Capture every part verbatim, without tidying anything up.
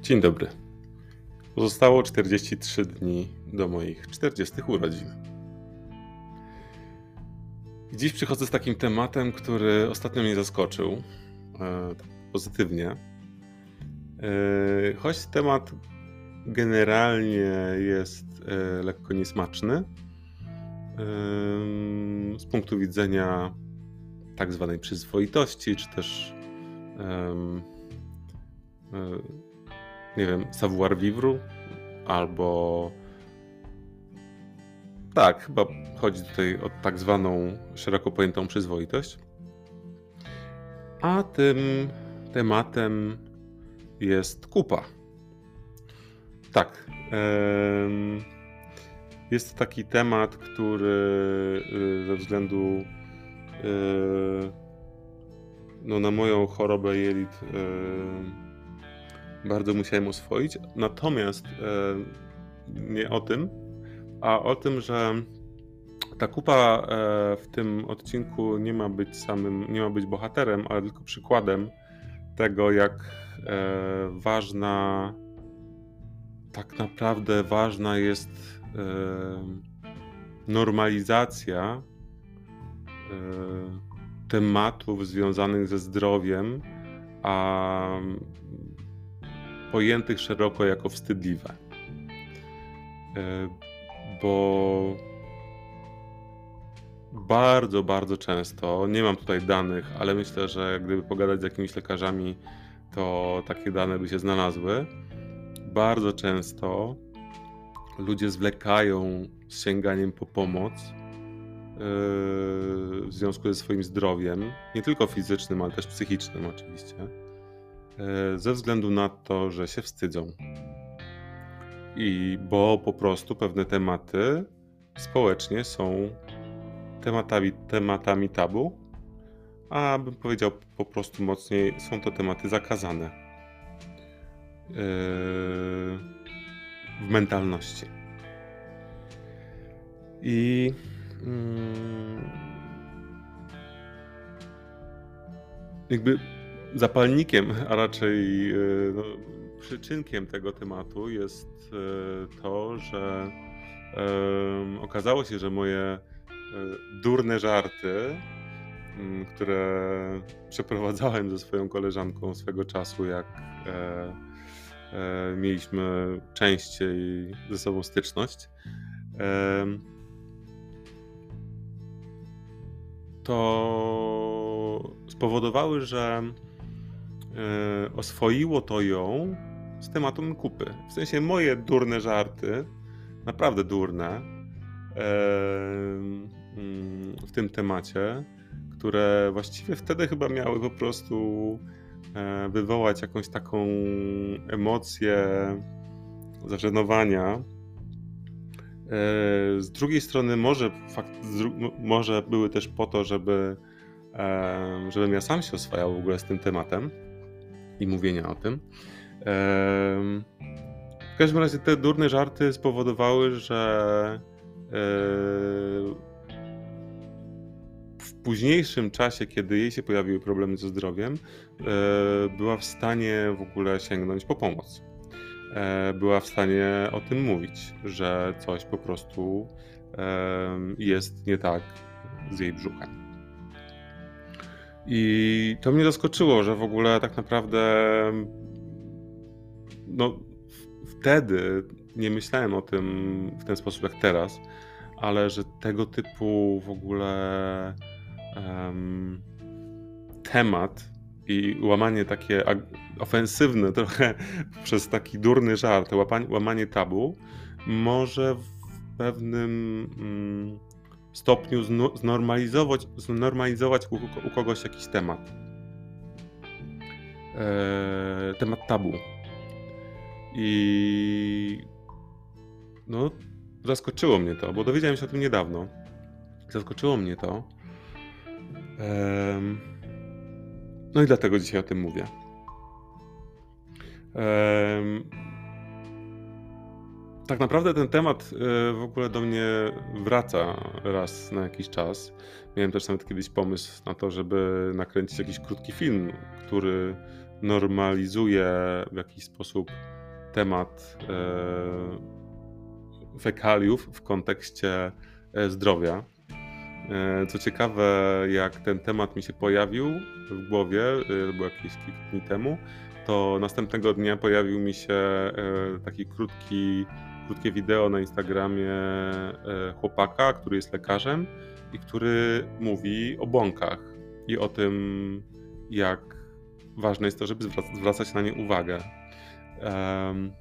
Dzień dobry. Pozostało czterdzieści trzy dni do moich czterdziestych urodzin. I dziś przychodzę z takim tematem, który ostatnio mnie zaskoczył, e, tak pozytywnie. E, choć temat generalnie jest e, lekko niesmaczny, e, z punktu widzenia tak zwanej przyzwoitości, czy też em, e, nie wiem, savoir vivre, albo tak, chyba chodzi tutaj o tak zwaną szeroko pojętą przyzwoitość. A tym tematem jest kupa. Tak. em, Jest to taki temat, który y, ze względu y, no, na moją chorobę jelit y, bardzo musiałem oswoić. Natomiast e, nie o tym, a o tym, że ta kupa e, w tym odcinku nie ma być samym, nie ma być bohaterem, ale tylko przykładem tego, jak e, ważna, tak naprawdę ważna jest e, normalizacja e, tematów związanych ze zdrowiem, a pojętych szeroko jako wstydliwe. E, Bo bardzo, bardzo często, nie mam tutaj danych, ale myślę, że gdyby pogadać z jakimiś lekarzami, to takie dane by się znalazły. Bardzo często ludzie zwlekają z sięganiem po pomoc yy, w związku ze swoim zdrowiem, nie tylko fizycznym, ale też psychicznym oczywiście, yy, ze względu na to, że się wstydzą. I bo po prostu pewne tematy społecznie są tematami, tematami tabu, a bym powiedział po prostu mocniej, są to tematy zakazane yy, w mentalności. I mm, jakby zapalnikiem, a raczej yy, no, przyczynkiem tego tematu jest yy, to, że yy, okazało się, że moje durne żarty, które przeprowadzałem ze swoją koleżanką swego czasu, jak e, e, mieliśmy częściej ze sobą styczność, e, to spowodowały, że e, oswoiło to ją z tematem kupy. W sensie moje durne żarty, naprawdę durne, w tym temacie, które właściwie wtedy chyba miały po prostu wywołać jakąś taką emocję zażenowania. Z drugiej strony może, fakt, może były też po to, żeby, żebym ja sam się oswajał w ogóle z tym tematem i mówienia o tym. W każdym razie te durne żarty spowodowały, że w późniejszym czasie, kiedy jej się pojawiły problemy ze zdrowiem, była w stanie w ogóle sięgnąć po pomoc. Była w stanie o tym mówić, że coś po prostu jest nie tak z jej brzuchem. I to mnie zaskoczyło, że w ogóle tak naprawdę no wtedy nie myślałem o tym w ten sposób jak teraz, ale że tego typu w ogóle um, temat i łamanie takie ofensywne trochę przez taki durny żart, łapanie, łamanie tabu może w pewnym um, stopniu znormalizować, znormalizować u, u kogoś jakiś temat. E, temat tabu. I no zaskoczyło mnie to, bo dowiedziałem się o tym niedawno. Zaskoczyło mnie to. Um, no i dlatego dzisiaj o tym mówię. Um, tak naprawdę ten temat w ogóle do mnie wraca raz na jakiś czas. Miałem też nawet kiedyś pomysł na to, żeby nakręcić jakiś krótki film, który normalizuje w jakiś sposób temat e, fekaliów w kontekście e, zdrowia. E, co ciekawe, jak ten temat mi się pojawił w głowie, e, to było jakieś kilka dni temu, to następnego dnia pojawił mi się e, taki krótki, krótkie wideo na Instagramie e, chłopaka, który jest lekarzem i który mówi o bąkach i o tym, jak ważne jest to, żeby zwrac- zwracać na nie uwagę. Em,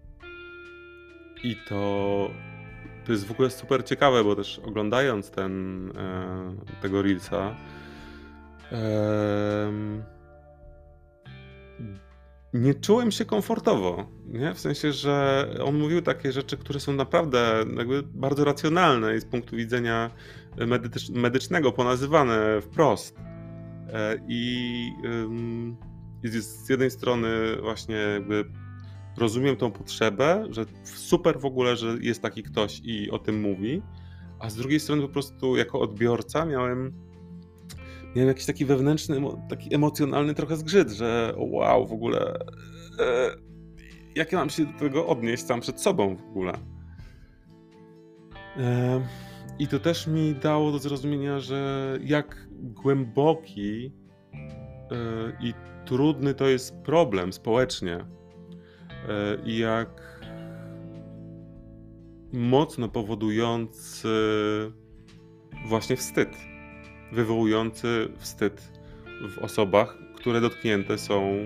I to, to jest w ogóle super ciekawe, bo też oglądając ten, e, tego Reelsa, em, nie czułem się komfortowo, nie? W sensie, że on mówił takie rzeczy, które są naprawdę jakby bardzo racjonalne i z punktu widzenia medycz- medycznego ponazywane wprost. E, I ym, jest z jednej strony właśnie jakby rozumiem tą potrzebę, że super w ogóle, że jest taki ktoś i o tym mówi, a z drugiej strony po prostu jako odbiorca miałem, miałem jakiś taki wewnętrzny, emo- taki emocjonalny trochę zgrzyt, że o wow, w ogóle e, jak ja mam się do tego odnieść sam przed sobą w ogóle. E, I to też mi dało do zrozumienia, że jak głęboki e, i trudny to jest problem społecznie e, i jak mocno powodujący właśnie wstyd, wywołujący wstyd w osobach, które dotknięte są em,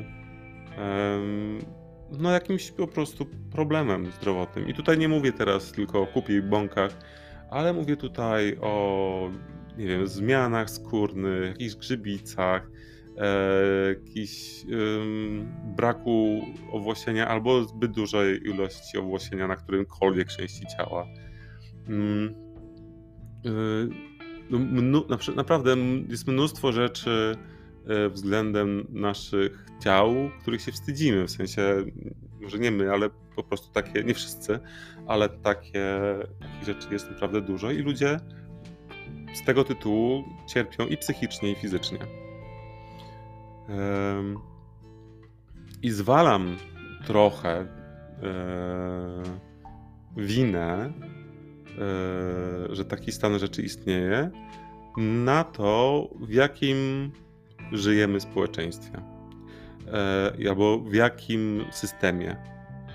no jakimś po prostu problemem zdrowotnym. I tutaj nie mówię teraz tylko o kupie i bąkach, ale mówię tutaj o, nie wiem, zmianach skórnych, jakichś grzybicach, e, jakiś em, braku owłosienia albo zbyt dużej ilości owłosienia na którymkolwiek części ciała. Mm, y, no, mnu, na przy- naprawdę m- jest mnóstwo rzeczy e, względem naszych ciał, których się wstydzimy. W sensie, może nie my, ale po prostu takie, nie wszyscy, ale takie, takich rzeczy jest naprawdę dużo i ludzie z tego tytułu cierpią i psychicznie, i fizycznie. Em, I zwalam trochę e, winę, e, że taki stan rzeczy istnieje, na to, w jakim żyjemy społeczeństwie, e, albo w jakim systemie e,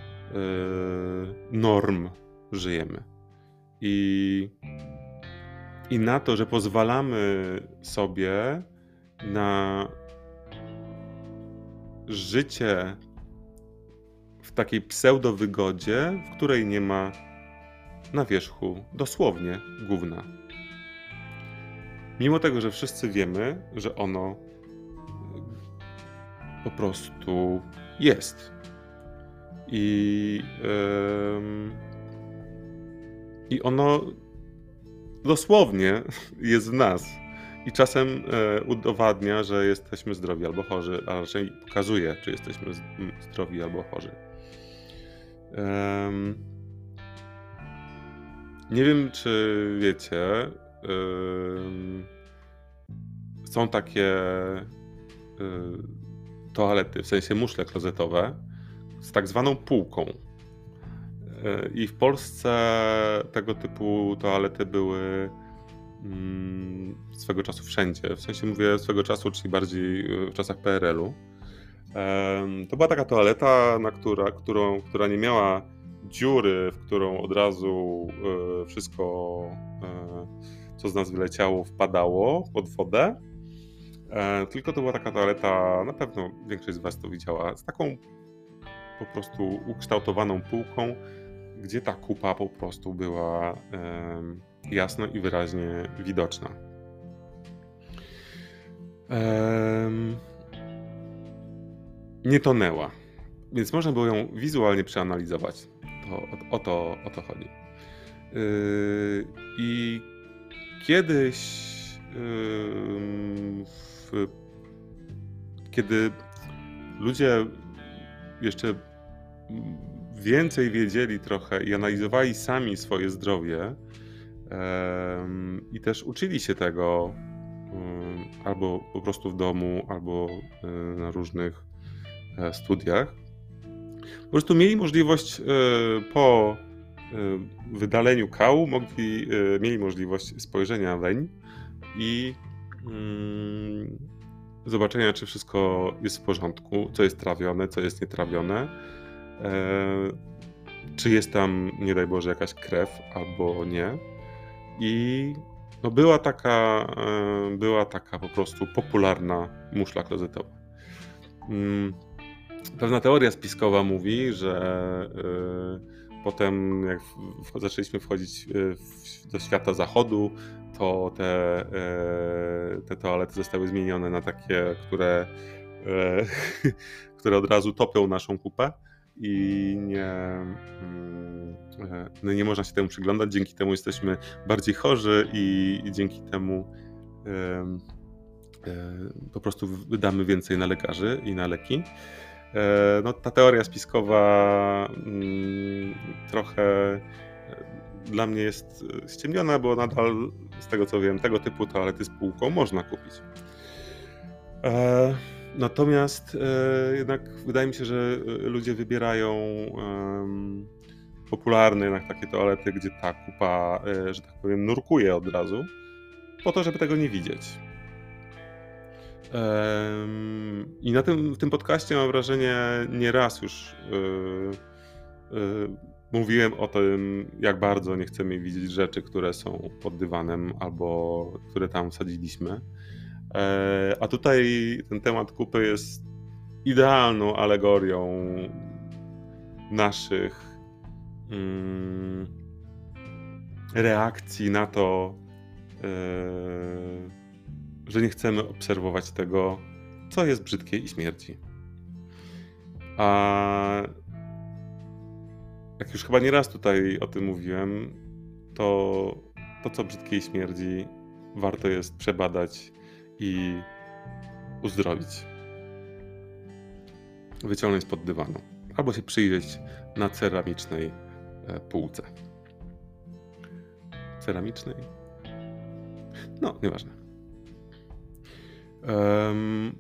norm żyjemy. I, I na to, że pozwalamy sobie na życie w takiej pseudowygodzie, w której nie ma na wierzchu dosłownie gówna. Mimo tego, że wszyscy wiemy, że ono po prostu jest. I, ym, i ono dosłownie jest w nas. I czasem e, udowadnia, że jesteśmy zdrowi albo chorzy, a raczej pokazuje, czy jesteśmy z- m, zdrowi albo chorzy. Ym, nie wiem, czy wiecie, ym, są takie y, toalety, w sensie muszle klozetowe, z tak zwaną półką. Y, I w Polsce tego typu toalety były mm, swego czasu wszędzie. W sensie mówię swego czasu, czyli bardziej y, w czasach P R L-u. Em, To była taka toaleta, na która, którą, która nie miała dziury, w którą od razu y, wszystko, y, co z nas wyleciało, wpadało pod wodę. E, Tylko to była taka toaleta, na pewno większość z Was to widziała, z taką po prostu ukształtowaną półką, gdzie ta kupa po prostu była em, jasno i wyraźnie widoczna. Em, Nie tonęła, więc można było ją wizualnie przeanalizować. To, o, o, to, o to chodzi. Yy, I kiedyś, ym, w, kiedy ludzie jeszcze mm, więcej wiedzieli trochę i analizowali sami swoje zdrowie, em, i też uczyli się tego ym, albo po prostu w domu, albo y, na różnych e, studiach, po prostu mieli możliwość e, po e, wydaleniu kału, mogli, e, mieli możliwość spojrzenia weń i mm, zobaczenia, czy wszystko jest w porządku, co jest trawione, co jest nietrawione, e, czy jest tam, nie daj Boże, jakaś krew albo nie. I no była taka, e, była taka po prostu popularna muszla klozetowa. Mm, Pewna teoria spiskowa mówi, że e, potem jak w, w, zaczęliśmy wchodzić e, w, do świata zachodu, to te, e, te toalety zostały zmienione na takie, które, e, które od razu topią naszą kupę i nie, mm, e, no nie można się temu przyglądać. Dzięki temu jesteśmy bardziej chorzy i, i dzięki temu e, e, po prostu wydamy więcej na lekarzy i na leki. E, no, ta teoria spiskowa mm, trochę e, dla mnie jest e, ściemniona, bo nadal, z tego co wiem, tego typu toalety z półką można kupić. E, natomiast e, jednak wydaje mi się, że e, ludzie wybierają em, popularne jednak takie toalety, gdzie ta kupa, e, że tak powiem, nurkuje od razu, po to, żeby tego nie widzieć. Em, I na tym, w tym podcaście mam wrażenie, nie raz już yy, yy, mówiłem o tym, jak bardzo nie chcemy widzieć rzeczy, które są pod dywanem albo które tam wsadziliśmy. E, a tutaj ten temat kupy jest idealną alegorią naszych mm, reakcji na to, yy, że nie chcemy obserwować tego, co jest brzydkie i śmierdzi. A jak już chyba nieraz tutaj o tym mówiłem, to to, co brzydkie i śmierdzi, warto jest przebadać i uzdrowić. Wyciągnąć spod dywanu. Albo się przyjrzeć na ceramicznej półce. Ceramicznej? No, nieważne. Um,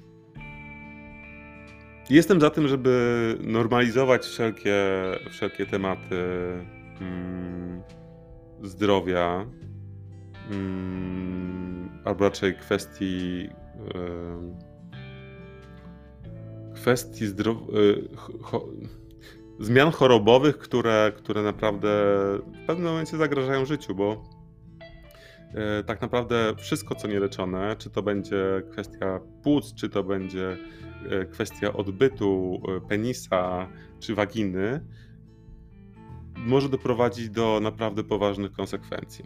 jestem za tym, żeby normalizować wszelkie, wszelkie tematy mm, zdrowia, mm, albo raczej kwestii um, kwestii zdrow- cho- zmian chorobowych, które, które naprawdę w pewnym momencie zagrażają życiu, bo e, tak naprawdę wszystko, co nieleczone, czy to będzie kwestia płuc, czy to będzie e, kwestia odbytu e, penisa, czy waginy, może doprowadzić do naprawdę poważnych konsekwencji.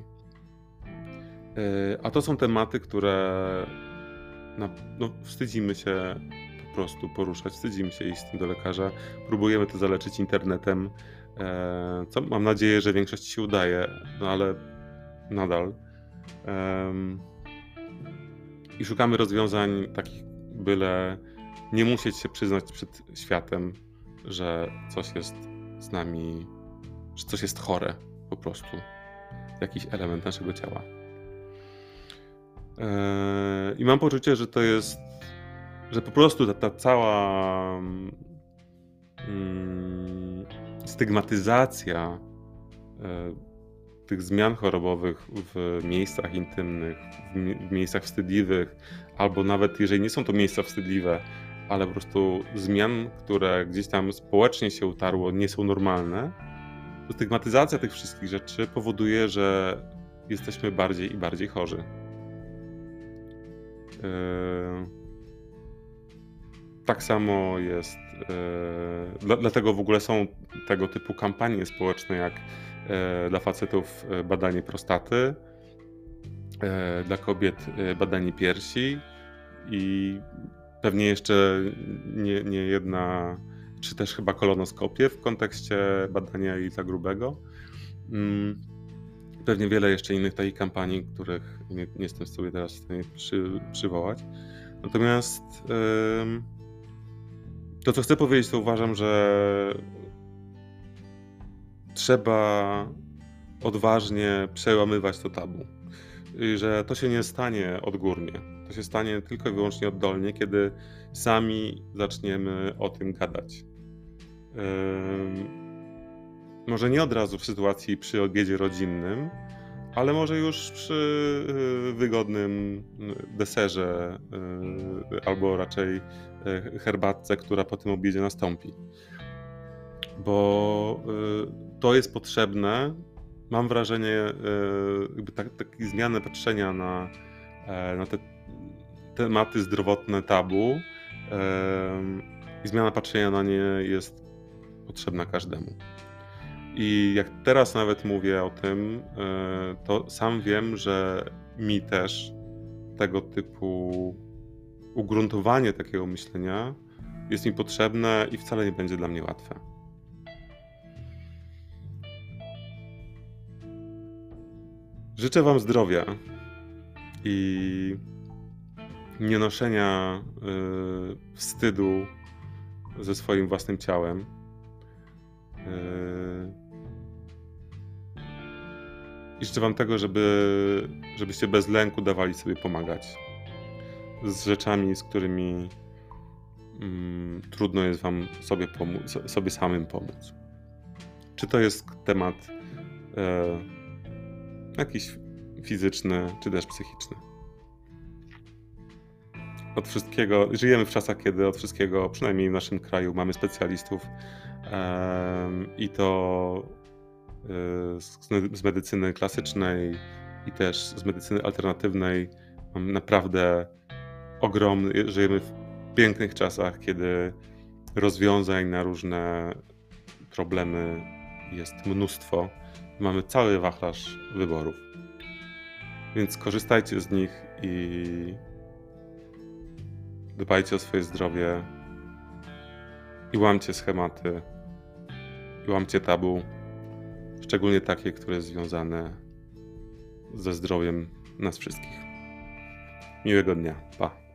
E, a to są tematy, które na, no, wstydzimy się po prostu poruszać, wstydzimy się iść z tym do lekarza, próbujemy to zaleczyć internetem, e, co mam nadzieję, że większość się udaje, no ale nadal. Um, I szukamy rozwiązań takich, byle nie musieć się przyznać przed światem, że coś jest z nami, że coś jest chore po prostu, jakiś element naszego ciała. E, I mam poczucie, że to jest, że po prostu ta, ta cała mm, stygmatyzacja e, tych zmian chorobowych w miejscach intymnych, w, mi- w miejscach wstydliwych, albo nawet jeżeli nie są to miejsca wstydliwe, ale po prostu zmian, które gdzieś tam społecznie się utarło, nie są normalne, to stygmatyzacja tych wszystkich rzeczy powoduje, że jesteśmy bardziej i bardziej chorzy. Yy, Tak samo jest, yy, dla, dlatego w ogóle są tego typu kampanie społeczne, jak yy, dla facetów yy, badanie prostaty, yy, dla kobiet yy, badanie piersi i pewnie jeszcze nie, nie jedna, czy też chyba kolonoskopię w kontekście badania jelita grubego. Yy, Pewnie wiele jeszcze innych takich kampanii, których nie, nie jestem sobie teraz w stanie przy, przywołać. Natomiast yy, to, co chcę powiedzieć, to uważam, że trzeba odważnie przełamywać to tabu. I że to się nie stanie odgórnie. To się stanie tylko i wyłącznie oddolnie, kiedy sami zaczniemy o tym gadać. Ym, może nie od razu w sytuacji przy obiedzie rodzinnym, ale może już przy y, wygodnym y, deserze y, albo raczej y, herbatce, która po tym obiedzie nastąpi. Bo y, to jest potrzebne. Mam wrażenie, y, jakby tak, takiej zmiany patrzenia na, e, na te tematy zdrowotne tabu em, i zmiana patrzenia na nie jest potrzebna każdemu. I jak teraz nawet mówię o tym, e, to sam wiem, że mi też tego typu ugruntowanie takiego myślenia jest mi potrzebne i wcale nie będzie dla mnie łatwe. Życzę Wam zdrowia i nie noszenia y, wstydu ze swoim własnym ciałem. Y, I życzę Wam tego, żeby, żebyście bez lęku dawali sobie pomagać z rzeczami, z którymi mm, trudno jest Wam sobie, pomóc, sobie samym pomóc. Czy to jest temat e, jakiś fizyczny, czy też psychiczny. Od wszystkiego, żyjemy w czasach, kiedy od wszystkiego, przynajmniej w naszym kraju, mamy specjalistów em, i to y, z, z medycyny klasycznej i też z medycyny alternatywnej. Mamy naprawdę ogromny, żyjemy w pięknych czasach, kiedy rozwiązań na różne problemy jest mnóstwo. Mamy cały wachlarz wyborów. Więc korzystajcie z nich i dbajcie o swoje zdrowie i łamcie schematy, i łamcie tabu, szczególnie takie, które jest związane ze zdrowiem nas wszystkich. Miłego dnia. Pa.